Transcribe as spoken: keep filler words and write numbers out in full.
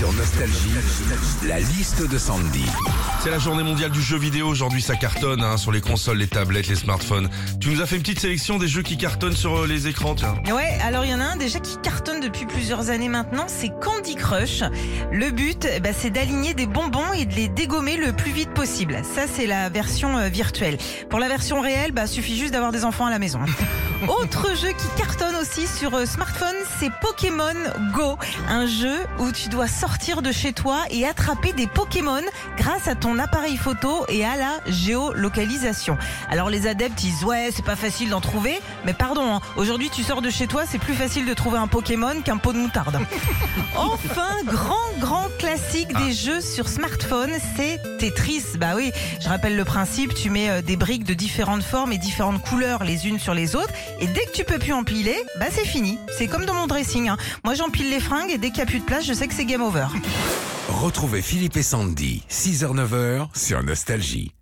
Sur Nostalgie, la liste de Sandy. C'est la journée mondiale du jeu vidéo. Aujourd'hui, ça cartonne hein, sur les consoles, les tablettes, les smartphones. Tu nous as fait une petite sélection des jeux qui cartonnent sur euh, les écrans, tiens. Ouais, alors il y en a un déjà qui cartonne depuis plusieurs années maintenant, c'est Candy Crush. Le but, bah, c'est d'aligner des bonbons et de les dégommer le plus vite possible. Ça, c'est la version euh, virtuelle. Pour la version réelle, bah, suffit juste d'avoir des enfants à la maison. Autre jeu qui cartonne aussi sur euh, smartphone, c'est Pokémon Go. Un jeu où tu dois sortir de chez toi et attraper des Pokémon grâce à ton appareil photo et à la géolocalisation. Alors les adeptes disent ouais, c'est pas facile d'en trouver, mais pardon, hein, aujourd'hui tu sors de chez toi, c'est plus facile de trouver un Pokémon qu'un pot de moutarde. Enfin, grand grand classique des jeux sur smartphone, c'est Tetris. Bah oui, je rappelle le principe, tu mets euh, des briques de différentes formes et différentes couleurs les unes sur les autres, et dès que tu peux plus empiler, bah c'est fini. C'est comme dans mon dressing, hein. Moi j'empile les fringues et dès qu'il n'y a plus de place, je sais que c'est game over. Retrouvez Philippe et Sandy, six heures neuf heures sur Nostalgie.